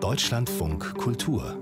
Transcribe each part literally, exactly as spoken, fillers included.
Deutschlandfunk Kultur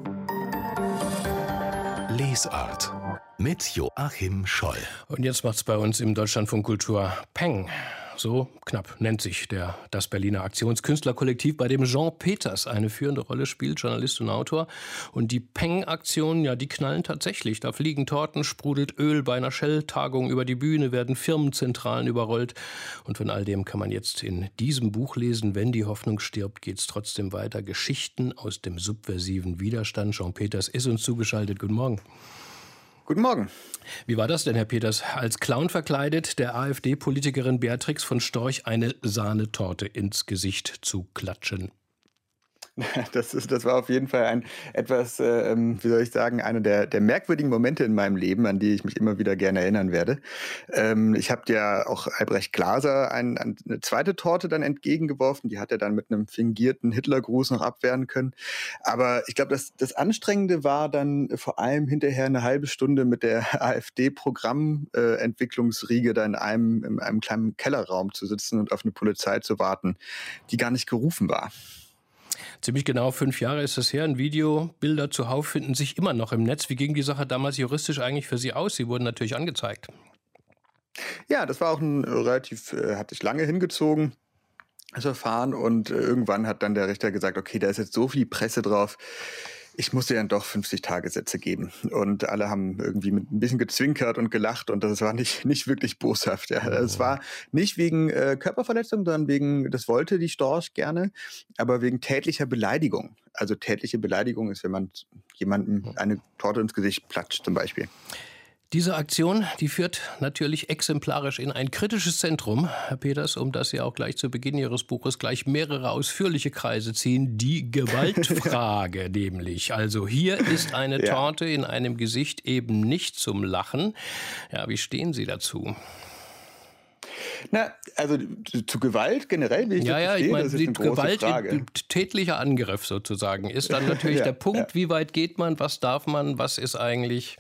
Lesart mit Joachim Scholl. Und jetzt macht's bei uns im Deutschlandfunk Kultur Peng. So knapp nennt sich der, das Berliner Aktionskünstlerkollektiv, bei dem Jean Peters eine führende Rolle spielt, Journalist und Autor. Und die Peng-Aktionen, ja, die knallen tatsächlich. Da fliegen Torten, sprudelt Öl bei einer Shell-Tagung über die Bühne, werden Firmenzentralen überrollt. Und von all dem kann man jetzt in diesem Buch lesen. Wenn die Hoffnung stirbt, geht's trotzdem weiter. Geschichten aus dem subversiven Widerstand. Jean Peters ist uns zugeschaltet. Guten Morgen. Guten Morgen. Wie war das denn, Herr Peters? Als Clown verkleidet, der AfD-Politikerin Beatrix von Storch eine Sahnetorte ins Gesicht zu klatschen? Das, ist, das war auf jeden Fall ein etwas, äh, wie soll ich sagen, einer der, der merkwürdigen Momente in meinem Leben, an die ich mich immer wieder gerne erinnern werde. Ähm, ich habe ja auch Albrecht Glaser ein, ein, eine zweite Torte dann entgegengeworfen. Die hat er dann mit einem fingierten Hitlergruß noch abwehren können. Aber ich glaube, das, das Anstrengende war dann vor allem hinterher eine halbe Stunde mit der AfD-Programmentwicklungsriege äh, da in einem, in einem kleinen Kellerraum zu sitzen und auf eine Polizei zu warten, die gar nicht gerufen war. Ziemlich genau fünf Jahre ist das her. Ein Video, Bilder zuhauf finden sich immer noch im Netz. Wie ging die Sache damals juristisch eigentlich für Sie aus? Sie wurden natürlich angezeigt. Ja, das war auch ein relativ, äh, hat sich lange hingezogen, das Verfahren. Und äh, irgendwann hat dann der Richter gesagt, okay, da ist jetzt so viel Presse drauf. Ich musste ja dann doch fünfzig Tagessätze geben. Und alle haben irgendwie mit ein bisschen gezwinkert und gelacht und das war nicht, nicht wirklich boshaft. Ja. Es war nicht wegen äh, Körperverletzung, sondern wegen, das wollte die Storch gerne, aber wegen tätlicher Beleidigung. Also tätliche Beleidigung ist, wenn man jemandem eine Torte ins Gesicht platscht zum Beispiel. Diese Aktion, die führt natürlich exemplarisch in ein kritisches Zentrum, Herr Peters, um das Sie auch gleich zu Beginn Ihres Buches gleich mehrere ausführliche Kreise ziehen. Die Gewaltfrage nämlich. Also hier ist eine ja. Torte in einem Gesicht eben nicht zum Lachen. Ja, wie stehen Sie dazu? Na, also zu Gewalt generell, wie ich ja, das ja, verstehe, ich meine, das ist die eine große Gewalt, Frage. Tätlicher Angriff sozusagen, ist dann natürlich ja, der Punkt, ja. wie weit geht man, was darf man, was ist eigentlich...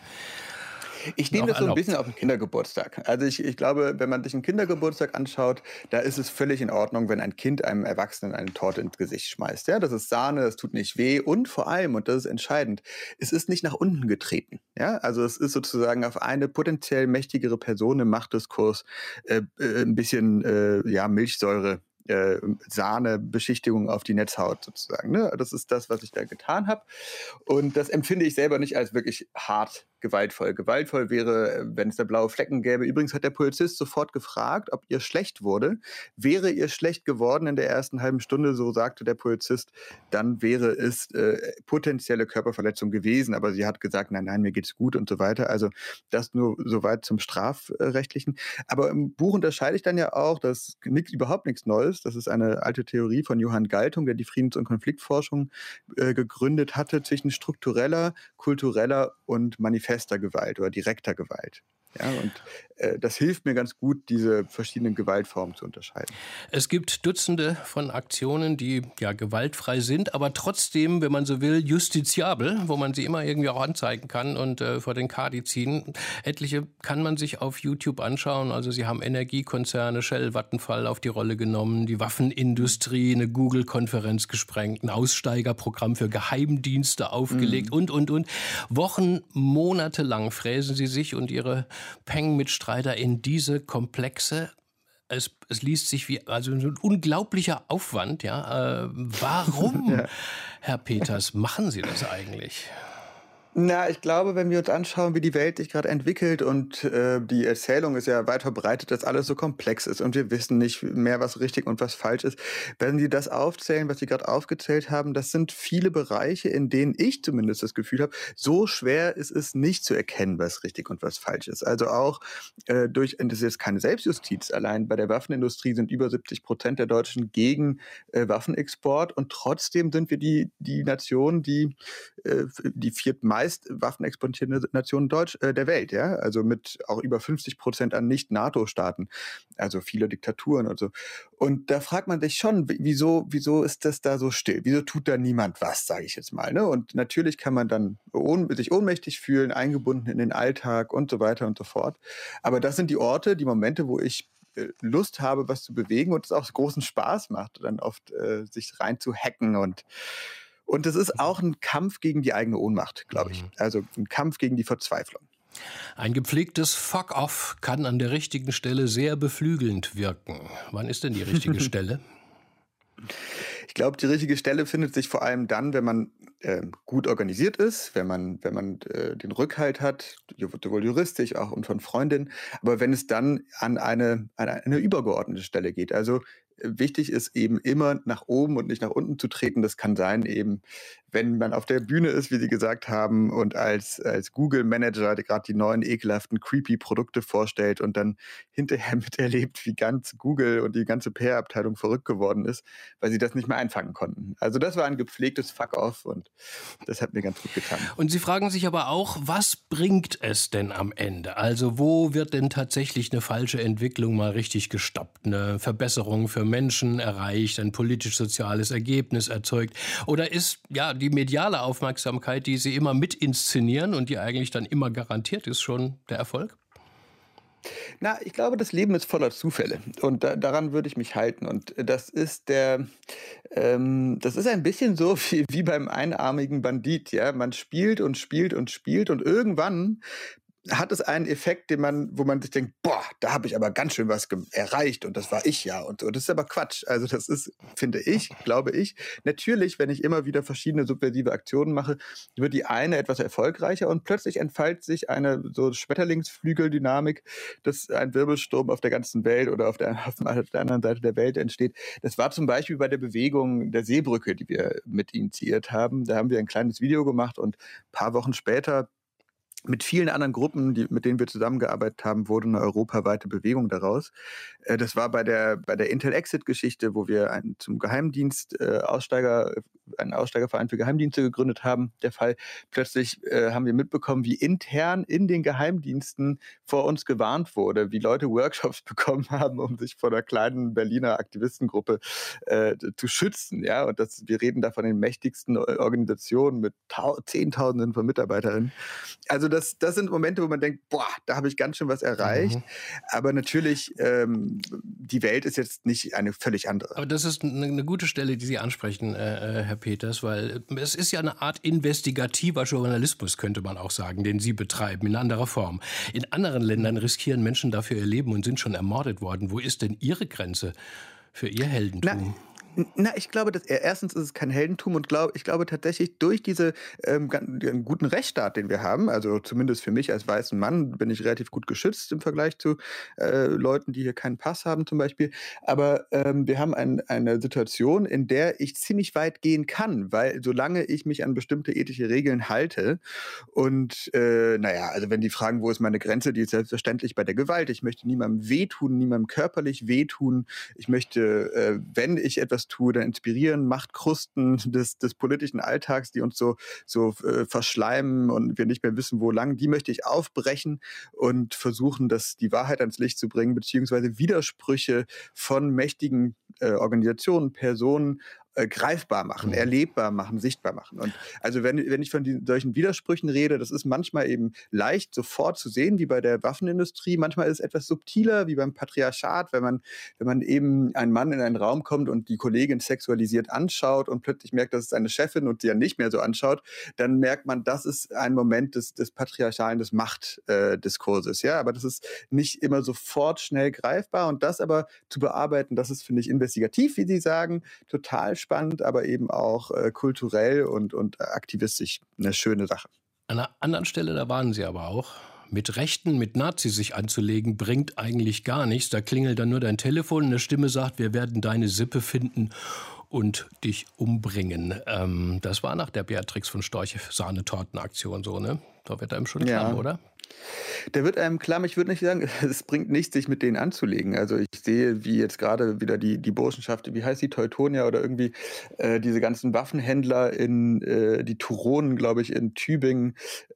Ich nehme das so ein bisschen auf den Kindergeburtstag. Also ich, ich glaube, wenn man sich einen Kindergeburtstag anschaut, da ist es völlig in Ordnung, wenn ein Kind einem Erwachsenen eine Torte ins Gesicht schmeißt. Ja, das ist Sahne, das tut nicht weh und vor allem, und das ist entscheidend, es ist nicht nach unten getreten. Ja, also es ist sozusagen auf eine potenziell mächtigere Person im Machtdiskurs äh, äh, ein bisschen äh, ja, Milchsäure Äh, Sahnebeschichtigung auf die Netzhaut sozusagen. Ne? Das ist das, was ich da getan habe. Und das empfinde ich selber nicht als wirklich hart gewaltvoll. Gewaltvoll wäre, wenn es da blaue Flecken gäbe. Übrigens hat der Polizist sofort gefragt, ob ihr schlecht wurde. Wäre ihr schlecht geworden in der ersten halben Stunde, so sagte der Polizist, dann wäre es äh, potenzielle Körperverletzung gewesen. Aber sie hat gesagt, nein, nein, mir geht's gut und so weiter. Also das nur soweit zum Strafrechtlichen. Aber im Buch unterscheide ich dann ja auch, dass nix, überhaupt nichts Neues. Das ist eine alte Theorie von Johann Galtung, der die Friedens- und Konfliktforschung äh, gegründet hatte, zwischen struktureller, kultureller und manifester Gewalt oder direkter Gewalt. Ja, und äh, das hilft mir ganz gut, diese verschiedenen Gewaltformen zu unterscheiden. Es gibt Dutzende von Aktionen, die ja gewaltfrei sind, aber trotzdem, wenn man so will, justiziabel, wo man sie immer irgendwie auch anzeigen kann und äh, vor den Kadi ziehen. Etliche kann man sich auf YouTube anschauen. Also sie haben Energiekonzerne, Shell, Vattenfall auf die Rolle genommen, die Waffenindustrie, eine Google-Konferenz gesprengt, ein Aussteigerprogramm für Geheimdienste aufgelegt mhm. und, und, und. Wochen, Monate lang fräsen sie sich und ihre Peng-Mitstreiter in diese komplexe, es, es liest sich wie also ein unglaublicher Aufwand. Ja, äh, warum, ja. Herr Peters, machen Sie das eigentlich? Na, ich glaube, wenn wir uns anschauen, wie die Welt sich gerade entwickelt und äh, die Erzählung ist ja weit verbreitet, dass alles so komplex ist und wir wissen nicht mehr, was richtig und was falsch ist. Wenn Sie das aufzählen, was Sie gerade aufgezählt haben, das sind viele Bereiche, in denen ich zumindest das Gefühl habe, so schwer ist es nicht zu erkennen, was richtig und was falsch ist. Also auch äh, durch, und das ist jetzt keine Selbstjustiz, allein bei der Waffenindustrie sind über siebzig Prozent der Deutschen gegen äh, Waffenexport und trotzdem sind wir die, die Nation, die äh, die viertmeist waffenexportierende Nation Deutsch, äh, der Welt, ja, also mit auch über fünfzig Prozent an Nicht-NATO-Staaten, also viele Diktaturen und so. Und da fragt man sich schon, wieso, wieso ist das da so still? Wieso tut da niemand was, sage ich jetzt mal, ne? Und natürlich kann man dann ohn- sich ohnmächtig fühlen, eingebunden in den Alltag und so weiter und so fort. Aber das sind die Orte, die Momente, wo ich äh, Lust habe, was zu bewegen und es auch großen Spaß macht, dann oft äh, sich rein zu hacken und Und es ist auch ein Kampf gegen die eigene Ohnmacht, glaube ich. Mhm. Also ein Kampf gegen die Verzweiflung. Ein gepflegtes Fuck-off kann an der richtigen Stelle sehr beflügelnd wirken. Wann ist denn die richtige Stelle? Ich glaube, die richtige Stelle findet sich vor allem dann, wenn man äh, gut organisiert ist, wenn man, wenn man äh, den Rückhalt hat, sowohl juristisch auch und von Freundinnen, aber wenn es dann an eine, an eine übergeordnete Stelle geht. Also äh, wichtig ist eben immer nach oben und nicht nach unten zu treten. Das kann sein eben, wenn man auf der Bühne ist, wie Sie gesagt haben, und als, als Google-Manager gerade die neuen, ekelhaften, creepy Produkte vorstellt und dann hinterher miterlebt, wie ganz Google und die ganze P R-Abteilung verrückt geworden ist, weil sie das nicht mehr einfangen konnten. Also das war ein gepflegtes Fuck-off und das hat mir ganz gut getan. Und Sie fragen sich aber auch, was bringt es denn am Ende? Also wo wird denn tatsächlich eine falsche Entwicklung mal richtig gestoppt? Eine Verbesserung für Menschen erreicht, ein politisch-soziales Ergebnis erzeugt? Oder ist ja die mediale Aufmerksamkeit, die Sie immer mit inszenieren und die eigentlich dann immer garantiert ist, schon der Erfolg? Na, ich glaube, das Leben ist voller Zufälle und da, daran würde ich mich halten. Und das ist der, ähm, das ist ein bisschen so wie, wie beim einarmigen Bandit. Ja, man spielt und spielt und spielt und irgendwann hat es einen Effekt, den man, wo man sich denkt, boah, da habe ich aber ganz schön was erreicht und das war ich ja und so. Das ist aber Quatsch. Also das ist, finde ich, glaube ich, natürlich, wenn ich immer wieder verschiedene subversive Aktionen mache, wird die eine etwas erfolgreicher und plötzlich entfaltet sich eine so Schmetterlingsflügeldynamik, dass ein Wirbelsturm auf der ganzen Welt oder auf der, auf der anderen Seite der Welt entsteht. Das war zum Beispiel bei der Bewegung der Seebrücke, die wir mit initiiert haben. Da haben wir ein kleines Video gemacht und ein paar Wochen später mit vielen anderen Gruppen, die, mit denen wir zusammengearbeitet haben, wurde eine europaweite Bewegung daraus. Äh, das war bei der, bei der Intel-Exit-Geschichte, wo wir einen zum Geheimdienst äh, Aussteiger, einen Aussteigerverein für Geheimdienste gegründet haben. Der Fall, plötzlich äh, haben wir mitbekommen, wie intern in den Geheimdiensten vor uns gewarnt wurde, wie Leute Workshops bekommen haben, um sich vor einer kleinen Berliner Aktivistengruppe äh, zu schützen. Ja? Und das, wir reden da von den mächtigsten Organisationen mit Tau- Zehntausenden von Mitarbeiterinnen. Also das, das sind Momente, wo man denkt, boah, da habe ich ganz schön was erreicht. Mhm. Aber natürlich, ähm, die Welt ist jetzt nicht eine völlig andere. Aber das ist eine, eine gute Stelle, die Sie ansprechen, äh, Herr Peters, weil es ist ja eine Art investigativer Journalismus, könnte man auch sagen, den Sie betreiben, in anderer Form. In anderen Ländern riskieren Menschen dafür ihr Leben und sind schon ermordet worden. Wo ist denn Ihre Grenze für Ihr Heldentum? Na, Na, ich glaube, dass erstens ist es kein Heldentum und glaub, ich glaube tatsächlich durch diese ähm, den guten Rechtsstaat, den wir haben, also zumindest für mich als weißen Mann bin ich relativ gut geschützt im Vergleich zu äh, Leuten, die hier keinen Pass haben zum Beispiel. Aber ähm, wir haben ein, eine Situation, in der ich ziemlich weit gehen kann, weil solange ich mich an bestimmte ethische Regeln halte und äh, naja, also wenn die fragen, wo ist meine Grenze, die ist selbstverständlich bei der Gewalt. Ich möchte niemandem wehtun, niemandem körperlich wehtun. Ich möchte, äh, wenn ich etwas tue, dann inspirieren, Machtkrusten des, des politischen Alltags, die uns so, so äh, verschleimen und wir nicht mehr wissen, wo lang, die möchte ich aufbrechen und versuchen, das, die Wahrheit ans Licht zu bringen, beziehungsweise Widersprüche von mächtigen äh, Organisationen, Personen äh, greifbar machen, mhm. erlebbar machen, sichtbar machen. Und also wenn, wenn ich von diesen, solchen Widersprüchen rede, das ist manchmal eben leicht sofort zu sehen, wie bei der Waffenindustrie. Manchmal ist es etwas subtiler, wie beim Patriarchat, wenn man, wenn man eben ein Mann in einen Raum kommt und die Kollegin sexualisiert anschaut und plötzlich merkt, das ist eine Chefin und sie ja nicht mehr so anschaut, dann merkt man, das ist ein Moment des, des patriarchalen, des Machtdiskurses. Äh, ja, aber das ist nicht immer sofort schnell greifbar und das aber zu bearbeiten, das ist, finde ich, investigativ, wie Sie sagen, total spannend, aber eben auch äh, kulturell und, und aktivistisch eine schöne Sache. An einer anderen Stelle, da warnen Sie aber auch, mit Rechten, mit Nazis sich anzulegen, bringt eigentlich gar nichts. Da klingelt dann nur dein Telefon und eine Stimme sagt, wir werden deine Sippe finden und dich umbringen. Ähm, das war nach der Beatrix von Storch Sahnetortenaktion so, ne? Da wird einem schon klar, ja. Oder? Da wird einem klar, ich würde nicht sagen, es bringt nichts, sich mit denen anzulegen. Also ich sehe, wie jetzt gerade wieder die, die Burschenschaft, wie heißt die, Teutonia oder irgendwie äh, diese ganzen Waffenhändler in äh, die Turonen, glaube ich, in Tübingen,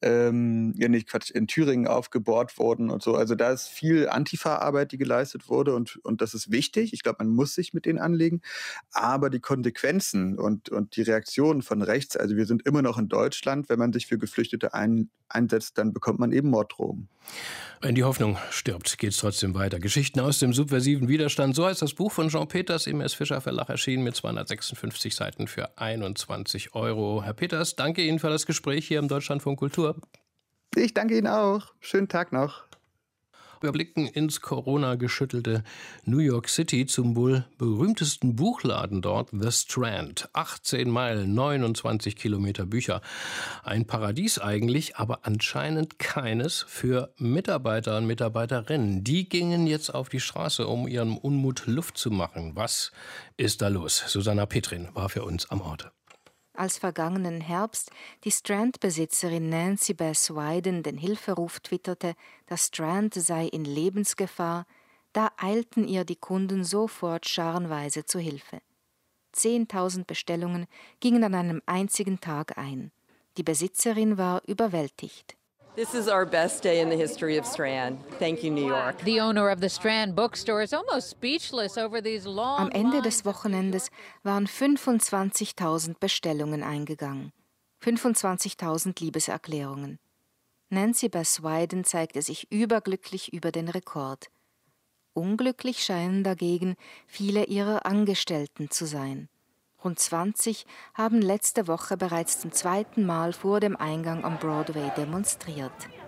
ähm, ja nicht Quatsch, in Thüringen aufgebohrt wurden und so. Also da ist viel Antifa-Arbeit, die geleistet wurde und, und das ist wichtig. Ich glaube, man muss sich mit denen anlegen. Aber die Konsequenzen und, und die Reaktionen von rechts, also wir sind immer noch in Deutschland, wenn man sich für Geflüchtete ein, einsetzt, dann bekommt man eben Morddrohungen. Wenn die Hoffnung stirbt, geht es trotzdem weiter. Geschichten aus dem subversiven Widerstand. So heißt das Buch von Jean Peters im S. Fischer Verlag, erschienen mit zweihundertsechsundfünfzig Seiten für einundzwanzig Euro. Herr Peters, danke Ihnen für das Gespräch hier im Deutschlandfunk Kultur. Ich danke Ihnen auch. Schönen Tag noch. Wir blicken ins Corona-geschüttelte New York City zum wohl berühmtesten Buchladen dort, The Strand. achtzehn Meilen, neunundzwanzig Kilometer Bücher. Ein Paradies eigentlich, aber anscheinend keines für Mitarbeiter und Mitarbeiterinnen. Die gingen jetzt auf die Straße, um ihrem Unmut Luft zu machen. Was ist da los? Susanna Petrin war für uns am Ort. Als vergangenen Herbst die Strand-Besitzerin Nancy Bass Weiden den Hilferuf twitterte, das Strand sei in Lebensgefahr, da eilten ihr die Kunden sofort scharenweise zu Hilfe. Zehntausend Bestellungen gingen an einem einzigen Tag ein. Die Besitzerin war überwältigt. This is our best day in the history of Strand. Thank you, New York. The owner of the Strand bookstore is almost speechless over these long Am Ende des Wochenendes waren fünfundzwanzigtausend Bestellungen eingegangen. fünfundzwanzigtausend Liebeserklärungen. Nancy Bass Weiden zeigte sich überglücklich über den Rekord. Unglücklich scheinen dagegen viele ihrer Angestellten zu sein. Rund zwanzig haben letzte Woche bereits zum zweiten Mal vor dem Eingang am Broadway demonstriert.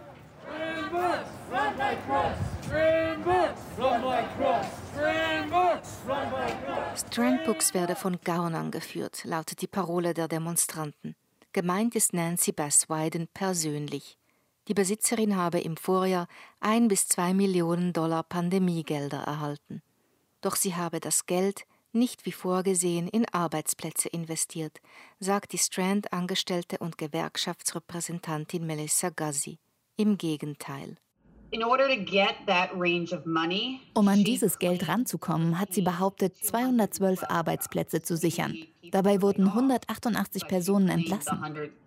Strand Books werde von Gaunern geführt, lautet die Parole der Demonstranten. Gemeint ist Nancy Bass Weiden persönlich. Die Besitzerin habe im Vorjahr ein bis zwei Millionen Dollar Pandemiegelder erhalten. Doch sie habe das Geld nicht wie vorgesehen in Arbeitsplätze investiert, sagt die Strand-Angestellte und Gewerkschaftsrepräsentantin Melissa Guzzi. Im Gegenteil. Um an dieses Geld ranzukommen, hat sie behauptet, zweihundertzwölf Arbeitsplätze zu sichern. Dabei wurden hundertachtundachtzig Personen entlassen.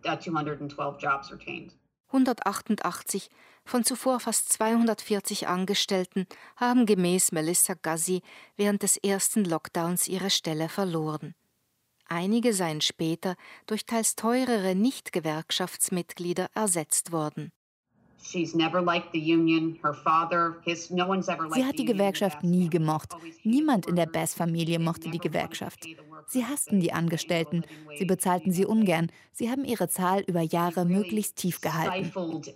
hundertachtundachtzig von zuvor fast zweihundertvierzig Angestellten haben gemäß Melissa Guzzi während des ersten Lockdowns ihre Stelle verloren. Einige seien später durch teils teurere Nicht-Gewerkschaftsmitglieder ersetzt worden. Sie hat die Gewerkschaft nie gemocht. Niemand in der Bass-Familie mochte die Gewerkschaft. Sie hassten die Angestellten, sie bezahlten sie ungern, sie haben ihre Zahl über Jahre möglichst tief gehalten.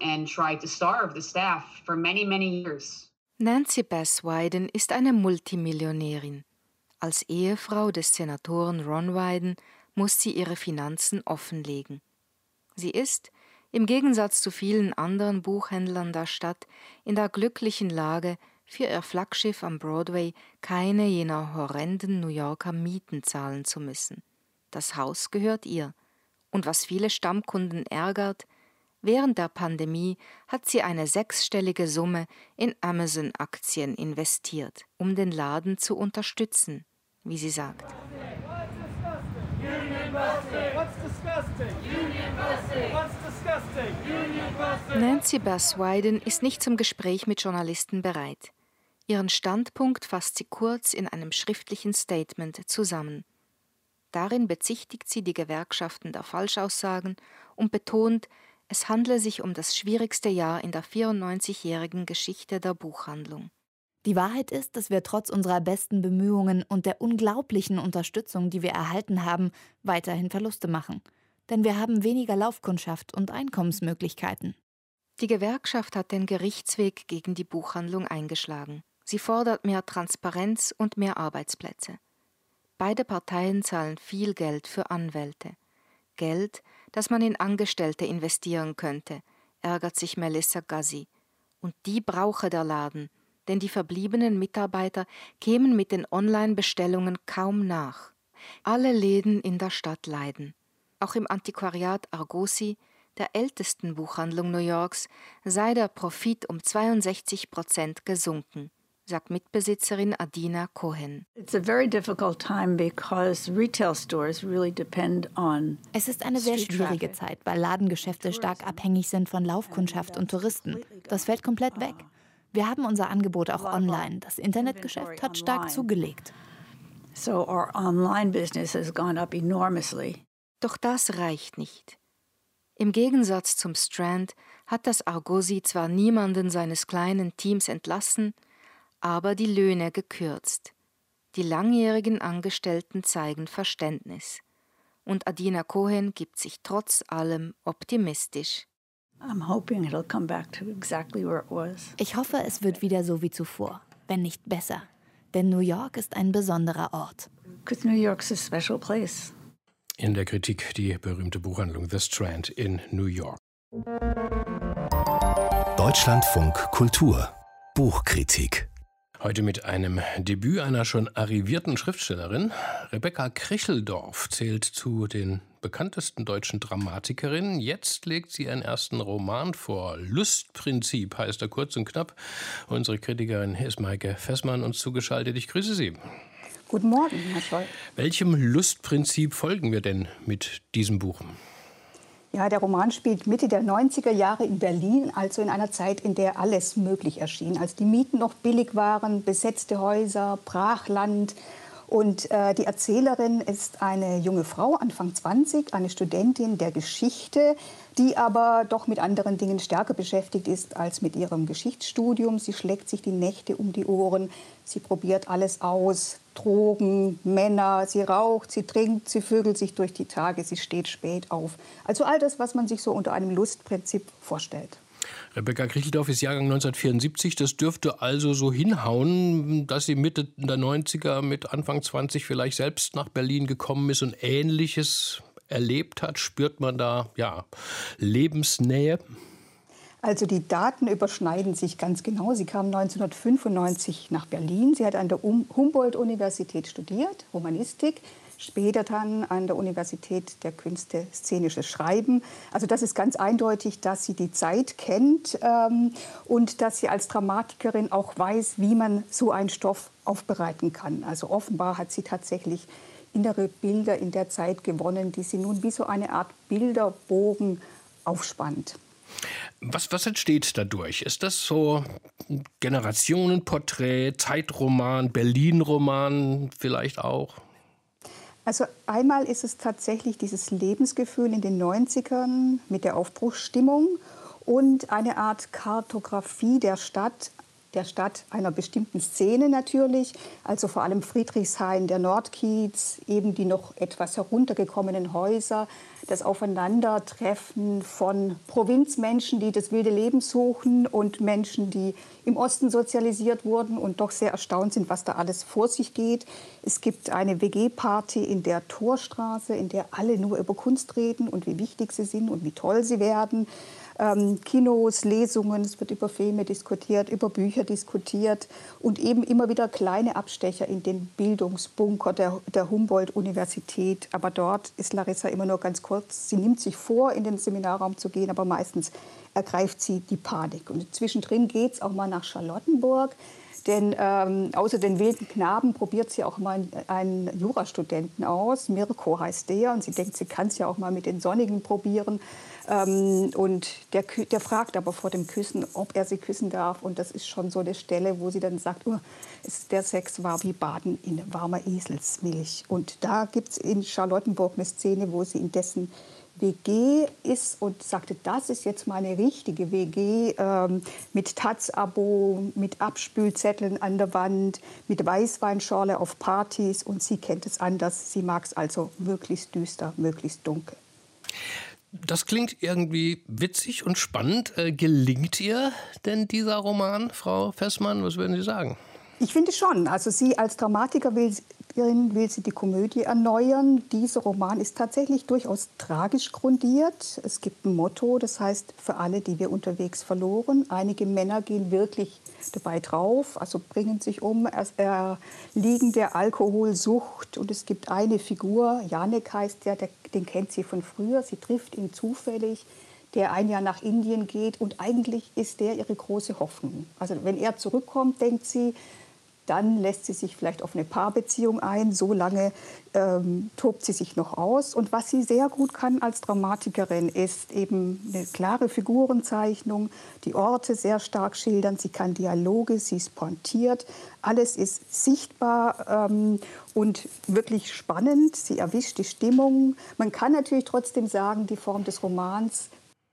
Nancy Bass Weiden ist eine Multimillionärin. Als Ehefrau des Senatoren Ron Wyden muss sie ihre Finanzen offenlegen. Sie ist, im Gegensatz zu vielen anderen Buchhändlern der Stadt, in der glücklichen Lage, für ihr Flaggschiff am Broadway keine jener horrenden New Yorker Mieten zahlen zu müssen. Das Haus gehört ihr. Und was viele Stammkunden ärgert, während der Pandemie hat sie eine sechsstellige Summe in Amazon-Aktien investiert, um den Laden zu unterstützen, wie sie sagt. Nancy Bass Weiden ist nicht zum Gespräch mit Journalisten bereit. Ihren Standpunkt fasst sie kurz in einem schriftlichen Statement zusammen. Darin bezichtigt sie die Gewerkschaften der Falschaussagen und betont, es handle sich um das schwierigste Jahr in der vierundneunzigjährigen Geschichte der Buchhandlung. Die Wahrheit ist, dass wir trotz unserer besten Bemühungen und der unglaublichen Unterstützung, die wir erhalten haben, weiterhin Verluste machen. Denn wir haben weniger Laufkundschaft und Einkommensmöglichkeiten. Die Gewerkschaft hat den Gerichtsweg gegen die Buchhandlung eingeschlagen. Sie fordert mehr Transparenz und mehr Arbeitsplätze. Beide Parteien zahlen viel Geld für Anwälte. Geld, das man in Angestellte investieren könnte, ärgert sich Melissa Guzzi. Und die brauche der Laden, denn die verbliebenen Mitarbeiter kämen mit den Online-Bestellungen kaum nach. Alle Läden in der Stadt leiden. Auch im Antiquariat Argosy, der ältesten Buchhandlung New Yorks, sei der Profit um zweiundsechzig Prozent gesunken, sagt Mitbesitzerin Adina Cohen. Es ist eine sehr schwierige Zeit, weil Ladengeschäfte stark abhängig sind von Laufkundschaft und Touristen. Das fällt komplett weg. Wir haben unser Angebot auch online. Das Internetgeschäft hat stark zugelegt. So our online business has gone up enormously. Doch das reicht nicht. Im Gegensatz zum Strand hat das Argosy zwar niemanden seines kleinen Teams entlassen, aber die Löhne gekürzt. Die langjährigen Angestellten zeigen Verständnis. Und Adina Cohen gibt sich trotz allem optimistisch. Ich hoffe, es wird wieder so wie zuvor, wenn nicht besser. Denn New York ist ein besonderer Ort. In der Kritik die berühmte Buchhandlung The Strand in New York. Deutschlandfunk Kultur Buchkritik. Heute mit einem Debüt einer schon arrivierten Schriftstellerin. Rebecca Kricheldorf zählt zu den bekanntesten deutschen Dramatikerinnen. Jetzt legt sie ihren ersten Roman vor. Lustprinzip heißt er kurz und knapp. Unsere Kritikerin ist Maike Fessmann uns zugeschaltet. Ich grüße Sie. Guten Morgen, Herr Scholl. Welchem Lustprinzip folgen wir denn mit diesem Buch? Ja, der Roman spielt Mitte der neunziger Jahre in Berlin, also in einer Zeit, in der alles möglich erschien. Als die Mieten noch billig waren, besetzte Häuser, Brachland. Und äh, die Erzählerin ist eine junge Frau, Anfang zwanzig, eine Studentin der Geschichte, die aber doch mit anderen Dingen stärker beschäftigt ist als mit ihrem Geschichtsstudium. Sie schlägt sich die Nächte um die Ohren, sie probiert alles aus, Drogen, Männer, sie raucht, sie trinkt, sie vögelt sich durch die Tage, sie steht spät auf. Also all das, was man sich so unter einem Lustprinzip vorstellt. Rebecca Kricheldorf ist Jahrgang neunzehnhundertvierundsiebzig. Das dürfte also so hinhauen, dass sie Mitte der neunziger mit Anfang zwanzig vielleicht selbst nach Berlin gekommen ist und Ähnliches erlebt hat. Spürt man da ja Lebensnähe? Also die Daten überschneiden sich ganz genau. Sie kam neunzehnhundertfünfundneunzig nach Berlin. Sie hat an der Humboldt-Universität studiert, Romanistik. Später dann an der Universität der Künste szenisches Schreiben. Also das ist ganz eindeutig, dass sie die Zeit kennt ähm, und dass sie als Dramatikerin auch weiß, wie man so einen Stoff aufbereiten kann. Also offenbar hat sie tatsächlich innere Bilder in der Zeit gewonnen, die sie nun wie so eine Art Bilderbogen aufspannt. Was, was entsteht dadurch? Ist das so ein Generationenporträt, Zeitroman, Berlin-Roman vielleicht auch? Also einmal ist es tatsächlich dieses Lebensgefühl in den neunzigern mit der Aufbruchsstimmung und eine Art Kartografie der Stadt, der Stadt einer bestimmten Szene natürlich, also vor allem Friedrichshain, der Nordkiez, eben die noch etwas heruntergekommenen Häuser, das Aufeinandertreffen von Provinzmenschen, die das wilde Leben suchen und Menschen, die im Osten sozialisiert wurden und doch sehr erstaunt sind, was da alles vor sich geht. Es gibt eine W G-Party in der Torstraße, in der alle nur über Kunst reden und wie wichtig sie sind und wie toll sie werden. Ähm, Kinos, Lesungen, es wird über Filme diskutiert, über Bücher diskutiert und eben immer wieder kleine Abstecher in den Bildungsbunker der, der Humboldt-Universität. Aber dort ist Larissa immer nur ganz kurz. Sie nimmt sich vor, in den Seminarraum zu gehen, aber meistens ergreift sie die Panik. Und zwischendrin geht es auch mal nach Charlottenburg. Denn ähm, außer den wilden Knaben probiert sie auch mal einen Jurastudenten aus. Mirko heißt der. Und sie denkt, sie kann es ja auch mal mit den Sonnigen probieren. Ähm, und der, der fragt aber vor dem Küssen, ob er sie küssen darf. Und das ist schon so eine Stelle, wo sie dann sagt, oh, es, der Sex war wie Baden in warmer Eselsmilch. Und da gibt es in Charlottenburg eine Szene, wo sie in dessen W G ist und sagte, das ist jetzt meine richtige W G ähm, mit Taz-Abo, mit Abspülzetteln an der Wand, mit Weißweinschorle auf Partys und sie kennt es anders. Sie mag es also möglichst düster, möglichst dunkel. Das klingt irgendwie witzig und spannend. Äh, gelingt ihr denn dieser Roman, Frau Fessmann? Was würden Sie sagen? Ich finde schon. Also sie als Dramatiker will, will sie die Komödie erneuern. Dieser Roman ist tatsächlich durchaus tragisch grundiert. Es gibt ein Motto, das heißt, für alle, die wir unterwegs verloren. Einige Männer gehen wirklich dabei drauf, also bringen sich um, erliegen der Alkoholsucht. Und es gibt eine Figur, Janek heißt der, der, den kennt sie von früher. Sie trifft ihn zufällig, der ein Jahr nach Indien geht. Und eigentlich ist der ihre große Hoffnung. Also wenn er zurückkommt, denkt sie, Dann lässt sie sich vielleicht auf eine Paarbeziehung ein. So lange ähm, tobt sie sich noch aus. Und was sie sehr gut kann als Dramatikerin, ist eben eine klare Figurenzeichnung, die Orte sehr stark schildern. Sie kann Dialoge, sie ist pointiert. Alles ist sichtbar ähm, und wirklich spannend. Sie erwischt die Stimmung. Man kann natürlich trotzdem sagen, die Form des Romans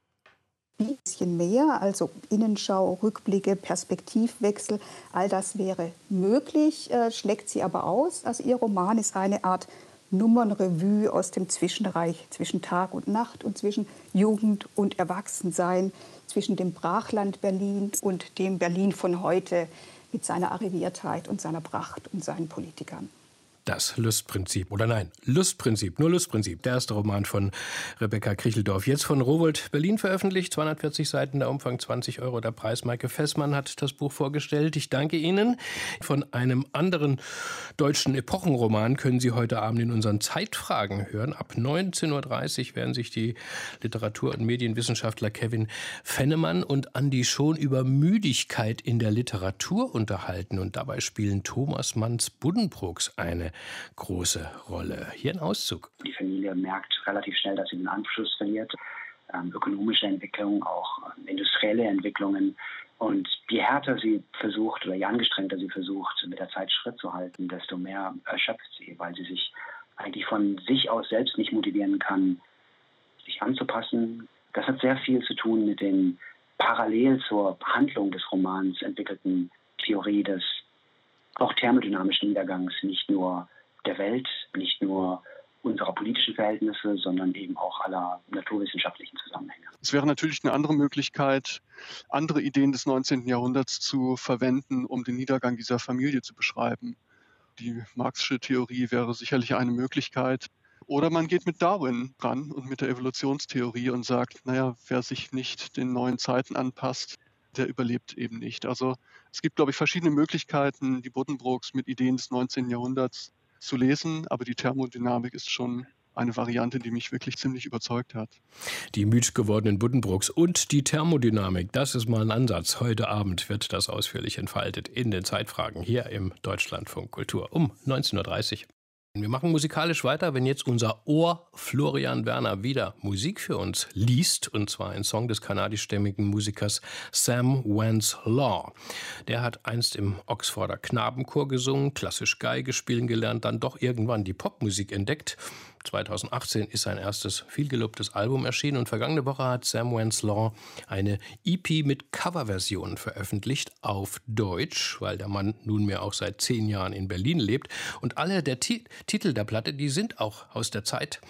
ein bisschen mehr, also Innenschau, Rückblicke, Perspektivwechsel, all das wäre möglich, äh, schlägt sie aber aus. Also ihr Roman ist eine Art Nummernrevue aus dem Zwischenreich, zwischen Tag und Nacht und zwischen Jugend und Erwachsensein, zwischen dem Brachland Berlin und dem Berlin von heute mit seiner Arriviertheit und seiner Pracht und seinen Politikern. Das Lustprinzip. Oder nein, Lustprinzip, nur Lustprinzip. Der erste Roman von Rebecca Kricheldorf. Jetzt von Rowohlt Berlin veröffentlicht. zweihundertvierzig Seiten, der Umfang zwanzig Euro. Der Preis. Maike Fessmann hat das Buch vorgestellt. Ich danke Ihnen. Von einem anderen deutschen Epochenroman können Sie heute Abend in unseren Zeitfragen hören. Ab neunzehn Uhr dreißig werden sich die Literatur- und Medienwissenschaftler Kevin Fennemann und Andi Schon über Müdigkeit in der Literatur unterhalten. Und dabei spielen Thomas Manns Buddenbrooks eine große Rolle. Hier ein Auszug. Die Familie merkt relativ schnell, dass sie den Anschluss verliert. Ähm, ökonomische Entwicklung, auch ähm, industrielle Entwicklungen. Und je härter sie versucht oder je angestrengter sie versucht, mit der Zeit Schritt zu halten, desto mehr erschöpft sie, weil sie sich eigentlich von sich aus selbst nicht motivieren kann, sich anzupassen. Das hat sehr viel zu tun mit den parallel zur Handlung des Romans entwickelten Theorie des auch thermodynamischen Niedergangs, nicht nur der Welt, nicht nur unserer politischen Verhältnisse, sondern eben auch aller naturwissenschaftlichen Zusammenhänge. Es wäre natürlich eine andere Möglichkeit, andere Ideen des neunzehnten Jahrhunderts zu verwenden, um den Niedergang dieser Familie zu beschreiben. Die Marxische Theorie wäre sicherlich eine Möglichkeit. Oder man geht mit Darwin ran und mit der Evolutionstheorie und sagt, naja, wer sich nicht den neuen Zeiten anpasst, der überlebt eben nicht. Also es gibt, glaube ich, verschiedene Möglichkeiten, die Buddenbrooks mit Ideen des neunzehnten Jahrhunderts zu lesen, aber die Thermodynamik ist schon eine Variante, die mich wirklich ziemlich überzeugt hat. Die müd gewordenen Buddenbrooks und die Thermodynamik, das ist mal ein Ansatz. Heute Abend wird das ausführlich entfaltet in den Zeitfragen hier im Deutschlandfunk Kultur um neunzehn Uhr dreißig. Wir machen musikalisch weiter, wenn jetzt unser Ohr Florian Werner wieder Musik für uns liest, und zwar ein Song des kanadischstämmigen Musikers Sam Wance Law. Der hat einst im Oxforder Knabenchor gesungen, klassisch Geige spielen gelernt, dann doch irgendwann die Popmusik entdeckt. zweitausendachtzehn ist sein erstes vielgelobtes Album erschienen und vergangene Woche hat Sam Wance Law eine E P mit Coverversionen veröffentlicht auf Deutsch, weil der Mann nunmehr auch seit zehn Jahren in Berlin lebt. Und alle der Ti- Titel der Platte, die sind auch aus der Zeit,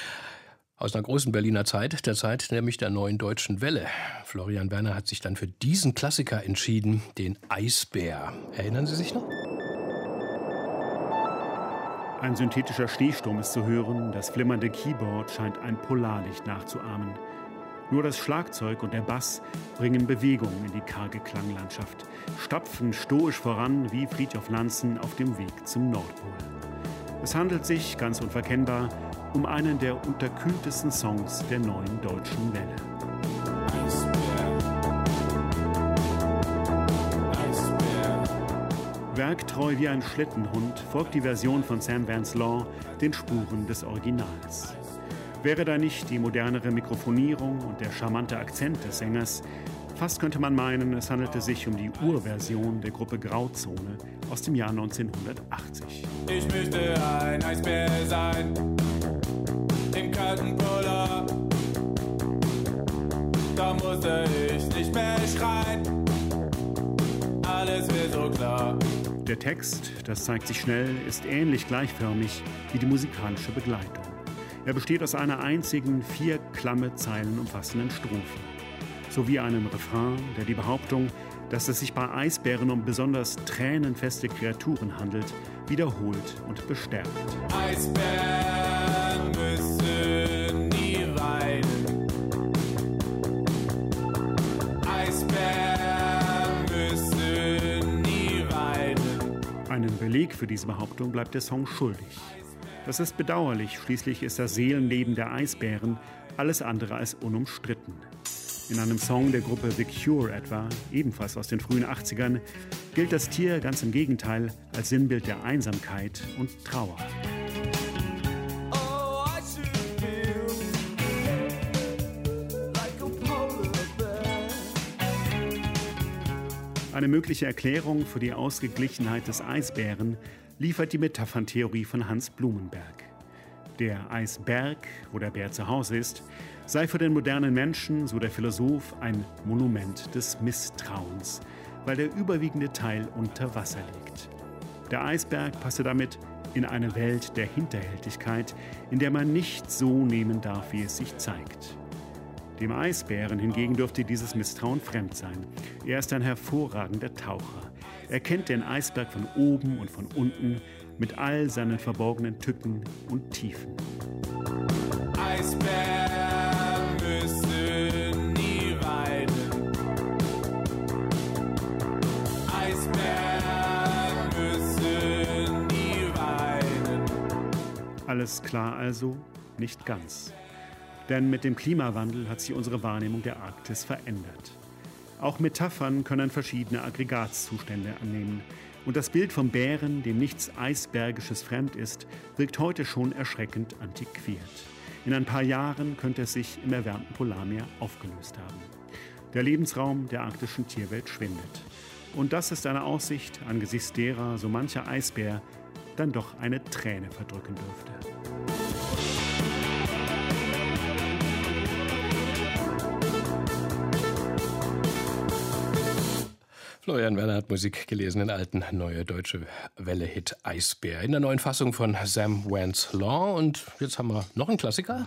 aus einer großen Berliner Zeit, der Zeit nämlich der Neuen Deutschen Welle. Florian Werner hat sich dann für diesen Klassiker entschieden, den Eisbär. Erinnern Sie sich noch? Ein synthetischer Schneesturm ist zu hören, das flimmernde Keyboard scheint ein Polarlicht nachzuahmen. Nur das Schlagzeug und der Bass bringen Bewegung in die karge Klanglandschaft, stapfen stoisch voran wie Fridtjof Nansen auf dem Weg zum Nordpol. Es handelt sich, ganz unverkennbar, um einen der unterkühltesten Songs der Neuen Deutschen Welle. Werktreu wie ein Schlittenhund folgt die Version von Sam Wance Law den Spuren des Originals. Wäre da nicht die modernere Mikrofonierung und der charmante Akzent des Sängers, fast könnte man meinen, es handelte sich um die Urversion der Gruppe Grauzone aus dem Jahr neunzehnhundertachtzig. Ich möchte ein Eisbär sein, im kalten Polar, da musste ich nicht mehr schreien, alles wird so klar. Der Text, das zeigt sich schnell, ist ähnlich gleichförmig wie die musikalische Begleitung. Er besteht aus einer einzigen, vier klamme Zeilen umfassenden Strophe, sowie einem Refrain, der die Behauptung, dass es sich bei Eisbären um besonders tränenfeste Kreaturen handelt, wiederholt und bestärkt. Eisbären müssen nie weinen. Eisbären müssen nie weinen. Einen Beleg für diese Behauptung bleibt der Song schuldig. Das ist bedauerlich, schließlich ist das Seelenleben der Eisbären alles andere als unumstritten. In einem Song der Gruppe The Cure etwa, ebenfalls aus den frühen achtzigern, gilt das Tier ganz im Gegenteil als Sinnbild der Einsamkeit und Trauer. Eine mögliche Erklärung für die Ausgeglichenheit des Eisbären liefert die Metapherntheorie von Hans Blumenberg. Der Eisberg, wo der Bär zu Hause ist, sei für den modernen Menschen, so der Philosoph, ein Monument des Misstrauens, weil der überwiegende Teil unter Wasser liegt. Der Eisberg passe damit in eine Welt der Hinterhältigkeit, in der man nicht so nehmen darf, wie es sich zeigt. Dem Eisbären hingegen dürfte dieses Misstrauen fremd sein. Er ist ein hervorragender Taucher. Er kennt den Eisberg von oben und von unten mit all seinen verborgenen Tücken und Tiefen. Eisbär müssen nie weinen. Eisbär müssen nie weinen. Alles klar also? Nicht ganz. Denn mit dem Klimawandel hat sich unsere Wahrnehmung der Arktis verändert. Auch Metaphern können verschiedene Aggregatzustände annehmen. Und das Bild vom Bären, dem nichts Eisbergisches fremd ist, wirkt heute schon erschreckend antiquiert. In ein paar Jahren könnte es sich im erwärmten Polarmeer aufgelöst haben. Der Lebensraum der arktischen Tierwelt schwindet. Und das ist eine Aussicht, angesichts derer so mancher Eisbär dann doch eine Träne verdrücken dürfte. Florian Werner hat Musik gelesen, den alten Neue Deutsche Welle-Hit Eisbär. In der neuen Fassung von Sam Wance Law. Und jetzt haben wir noch einen Klassiker.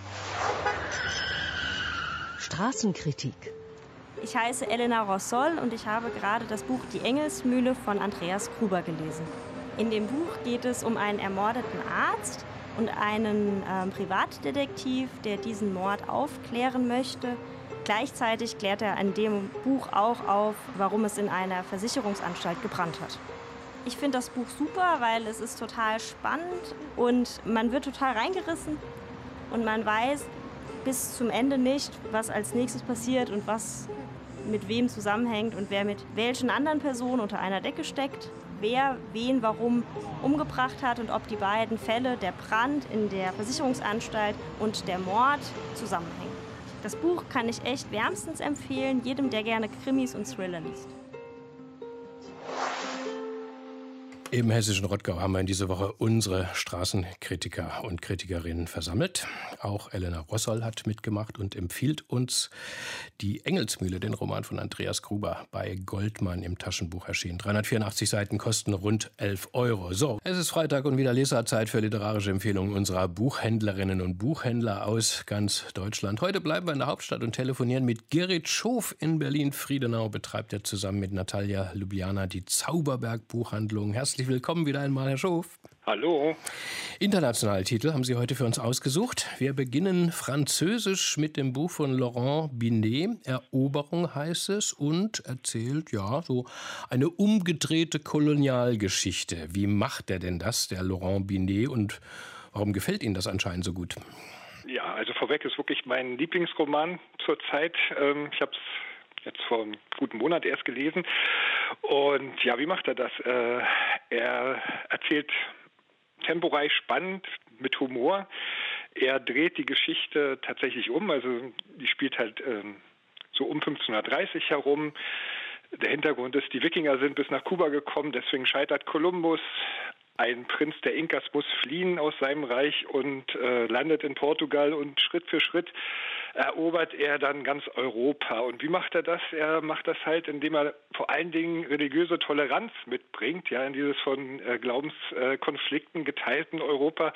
Straßenkritik. Ich heiße Elena Rossol und ich habe gerade das Buch Die Engelsmühle von Andreas Gruber gelesen. In dem Buch geht es um einen ermordeten Arzt und einen äh, Privatdetektiv, der diesen Mord aufklären möchte. Gleichzeitig klärt er in dem Buch auch auf, warum es in einer Versicherungsanstalt gebrannt hat. Ich finde das Buch super, weil es ist total spannend und man wird total reingerissen und man weiß bis zum Ende nicht, was als nächstes passiert und was mit wem zusammenhängt und wer mit welchen anderen Personen unter einer Decke steckt, wer wen warum umgebracht hat und ob die beiden Fälle, der Brand in der Versicherungsanstalt und der Mord, zusammenhängen. Das Buch kann ich echt wärmstens empfehlen, jedem, der gerne Krimis und Thriller liest. Im hessischen Rottgau haben wir in dieser Woche unsere Straßenkritiker und Kritikerinnen versammelt. Auch Elena Rossol hat mitgemacht und empfiehlt uns Die Engelsmühle, den Roman von Andreas Gruber, bei Goldmann im Taschenbuch erschienen. dreihundertvierundachtzig Seiten, kosten rund elf Euro. So, es ist Freitag und wieder Leserzeit für literarische Empfehlungen unserer Buchhändlerinnen und Buchhändler aus ganz Deutschland. Heute bleiben wir in der Hauptstadt und telefonieren mit Gerrit Schof in Berlin-Friedenau. Betreibt er zusammen mit Natalia Ljubljana die Zauberberg-Buchhandlung. Herzlich willkommen wieder einmal, Herr Schof. Hallo. Internationale Titel haben Sie heute für uns ausgesucht. Wir beginnen französisch mit dem Buch von Laurent Binet. Eroberung heißt es und erzählt, ja, so eine umgedrehte Kolonialgeschichte. Wie macht er denn das, der Laurent Binet, und warum gefällt Ihnen das anscheinend so gut? Ja, also vorweg ist wirklich mein Lieblingsroman zurzeit. Ich habe es jetzt vor einem guten Monat erst gelesen. Und ja, wie macht er das? Er erzählt temporeich spannend, mit Humor. Er dreht die Geschichte tatsächlich um, also die spielt halt ähm, so um fünfzehnhundertdreißig herum. Der Hintergrund ist, die Wikinger sind bis nach Kuba gekommen, deswegen scheitert Kolumbus. Ein Prinz der Inkas muss fliehen aus seinem Reich und äh, landet in Portugal, und Schritt für Schritt erobert er dann ganz Europa. Und wie macht er das? Er macht das halt, indem er vor allen Dingen religiöse Toleranz mitbringt, ja, in dieses von äh, Glaubenskonflikten äh, geteilten Europa.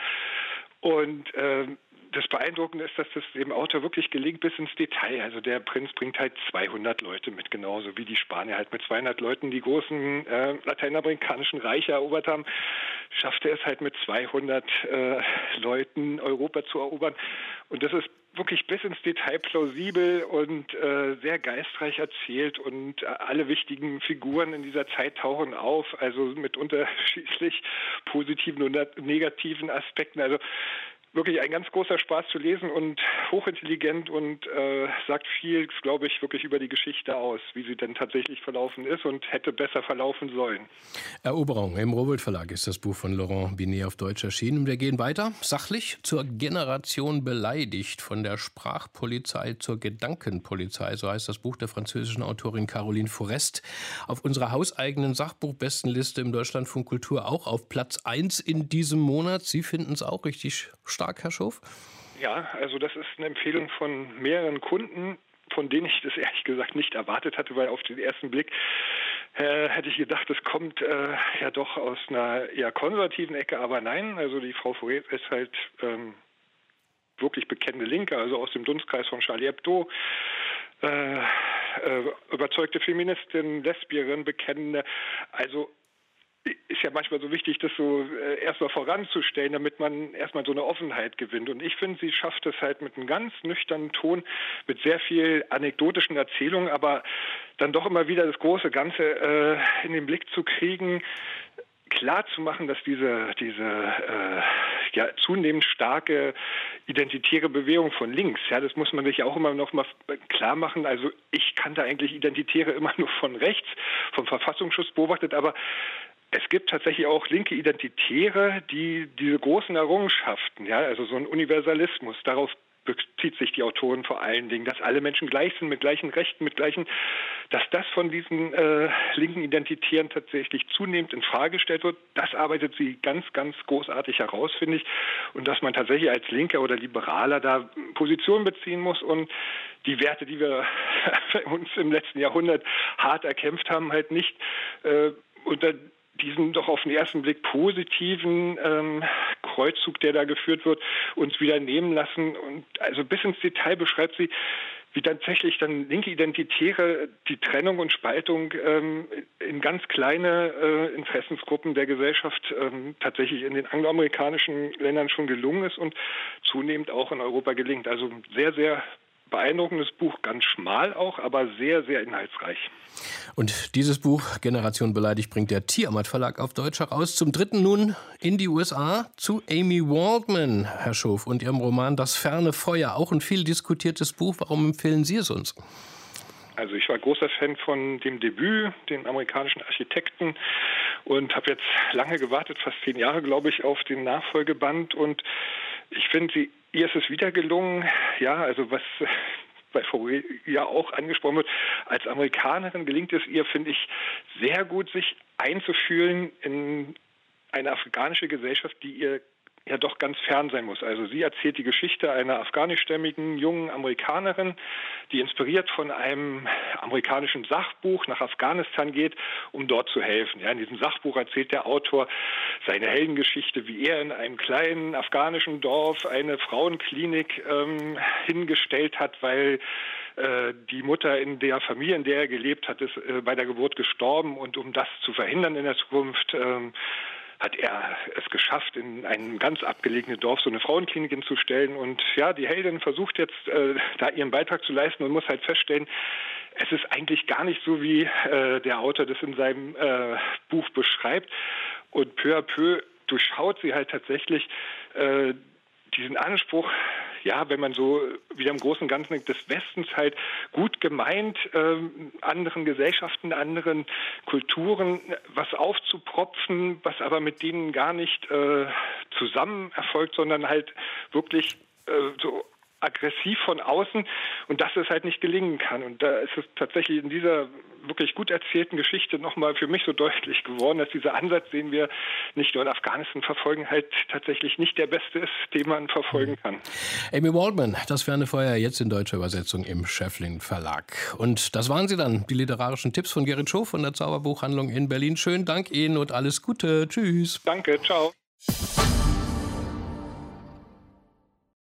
Und äh, das Beeindruckende ist, dass das dem Autor wirklich gelingt bis ins Detail. Also der Prinz bringt halt zweihundert Leute mit, genauso wie die Spanier halt mit zweihundert Leuten die großen äh, lateinamerikanischen Reiche erobert haben, schafft er es halt mit zweihundert äh, Leuten Europa zu erobern. Und das ist wirklich bis ins Detail plausibel und äh, sehr geistreich erzählt, und äh, alle wichtigen Figuren in dieser Zeit tauchen auf, also mit unterschiedlich positiven und negativen Aspekten. Also wirklich ein ganz großer Spaß zu lesen und hochintelligent und äh, sagt viel, glaube ich, wirklich über die Geschichte aus, wie sie denn tatsächlich verlaufen ist und hätte besser verlaufen sollen. Eroberung im Rowohlt Verlag ist das Buch von Laurent Binet auf Deutsch erschienen. Wir gehen weiter, sachlich, zur Generation beleidigt, von der Sprachpolizei zur Gedankenpolizei, so heißt das Buch der französischen Autorin Caroline Forest. Auf unserer hauseigenen Sachbuchbestenliste im Deutschlandfunk Kultur auch auf Platz eins in diesem Monat. Sie finden es auch richtig stark, Herr Schof? Ja, also das ist eine Empfehlung von mehreren Kunden, von denen ich das ehrlich gesagt nicht erwartet hatte, weil auf den ersten Blick äh, hätte ich gedacht, es kommt äh, ja doch aus einer eher konservativen Ecke, aber nein, also die Frau Forest ist halt ähm, wirklich bekennende Linke, also aus dem Dunstkreis von Charlie Hebdo, äh, äh, überzeugte Feministin, Lesbierin, bekennende, also ist ja manchmal so wichtig, das so äh, erstmal voranzustellen, damit man erstmal so eine Offenheit gewinnt. Und ich finde, sie schafft es halt mit einem ganz nüchternen Ton, mit sehr viel anekdotischen Erzählungen, aber dann doch immer wieder das große Ganze äh, in den Blick zu kriegen, klar zu machen, dass diese, diese äh, ja, zunehmend starke identitäre Bewegung von links, ja, das muss man sich ja auch immer noch mal klar machen. Also ich kannte eigentlich Identitäre immer nur von rechts, vom Verfassungsschutz beobachtet, aber es gibt tatsächlich auch linke Identitäre, die diese großen Errungenschaften, ja, also so ein Universalismus, darauf bezieht sich die Autorin vor allen Dingen, dass alle Menschen gleich sind, mit gleichen Rechten, mit gleichen, dass das von diesen äh, linken Identitären tatsächlich zunehmend in Frage gestellt wird, das arbeitet sie ganz, ganz großartig heraus, finde ich. Und dass man tatsächlich als Linker oder Liberaler da Position beziehen muss und die Werte, die wir uns im letzten Jahrhundert hart erkämpft haben, halt nicht äh, unter diesen doch auf den ersten Blick positiven ähm, Kreuzzug, der da geführt wird, uns wieder nehmen lassen. Und also bis ins Detail beschreibt sie, wie tatsächlich dann linke Identitäre die Trennung und Spaltung ähm, in ganz kleine äh, Interessensgruppen der Gesellschaft ähm, tatsächlich in den angloamerikanischen Ländern schon gelungen ist und zunehmend auch in Europa gelingt. Also sehr, sehr beeindruckendes Buch, ganz schmal auch, aber sehr, sehr inhaltsreich. Und dieses Buch, Generation beleidigt, bringt der Tiamat Verlag auf Deutsch heraus. Zum dritten nun in die U S A zu Amy Waldman, Herr Schof, und ihrem Roman Das ferne Feuer. Auch ein viel diskutiertes Buch. Warum empfehlen Sie es uns? Also ich war großer Fan von dem Debüt, dem amerikanischen Architekten, und habe jetzt lange gewartet, fast zehn Jahre, glaube ich, auf den Nachfolgeband. Und ich finde, sie, ihr ist es wieder gelungen, ja, also was bei V W ja auch angesprochen wird, als Amerikanerin gelingt es ihr, finde ich, sehr gut, sich einzufühlen in eine afrikanische Gesellschaft, die ihr ja doch ganz fern sein muss. Also sie erzählt die Geschichte einer afghanischstämmigen jungen Amerikanerin, die inspiriert von einem amerikanischen Sachbuch nach Afghanistan geht, um dort zu helfen. Ja, in diesem Sachbuch erzählt der Autor seine Heldengeschichte, wie er in einem kleinen afghanischen Dorf eine Frauenklinik ähm, hingestellt hat, weil äh, die Mutter in der Familie, in der er gelebt hat, ist äh, bei der Geburt gestorben, und um das zu verhindern in der Zukunft, ähm, hat er es geschafft, in einem ganz abgelegenen Dorf so eine Frauenklinik hinzustellen. Und ja, die Heldin versucht jetzt, äh, da ihren Beitrag zu leisten und muss halt feststellen, es ist eigentlich gar nicht so, wie äh, der Autor das in seinem äh, Buch beschreibt. Und peu à peu durchschaut sie halt tatsächlich äh, diesen Anspruch, ja, wenn man so wieder im Großen und Ganzen denkt, des Westens halt gut gemeint, äh, anderen Gesellschaften, anderen Kulturen was aufzupropfen, was aber mit denen gar nicht äh, zusammen erfolgt, sondern halt wirklich äh, so aggressiv von außen, und dass es halt nicht gelingen kann. Und da ist es tatsächlich in dieser wirklich gut erzählten Geschichte nochmal für mich so deutlich geworden, dass dieser Ansatz, den wir nicht nur in Afghanistan verfolgen, halt tatsächlich nicht der beste ist, den man verfolgen kann. Amy Waldman, Das ferne Feuer, jetzt in deutscher Übersetzung im Schäfflin Verlag. Und das waren sie dann, die literarischen Tipps von Gerrit Schof von der Zauberbuchhandlung in Berlin. Schönen Dank Ihnen und alles Gute. Tschüss. Danke, ciao.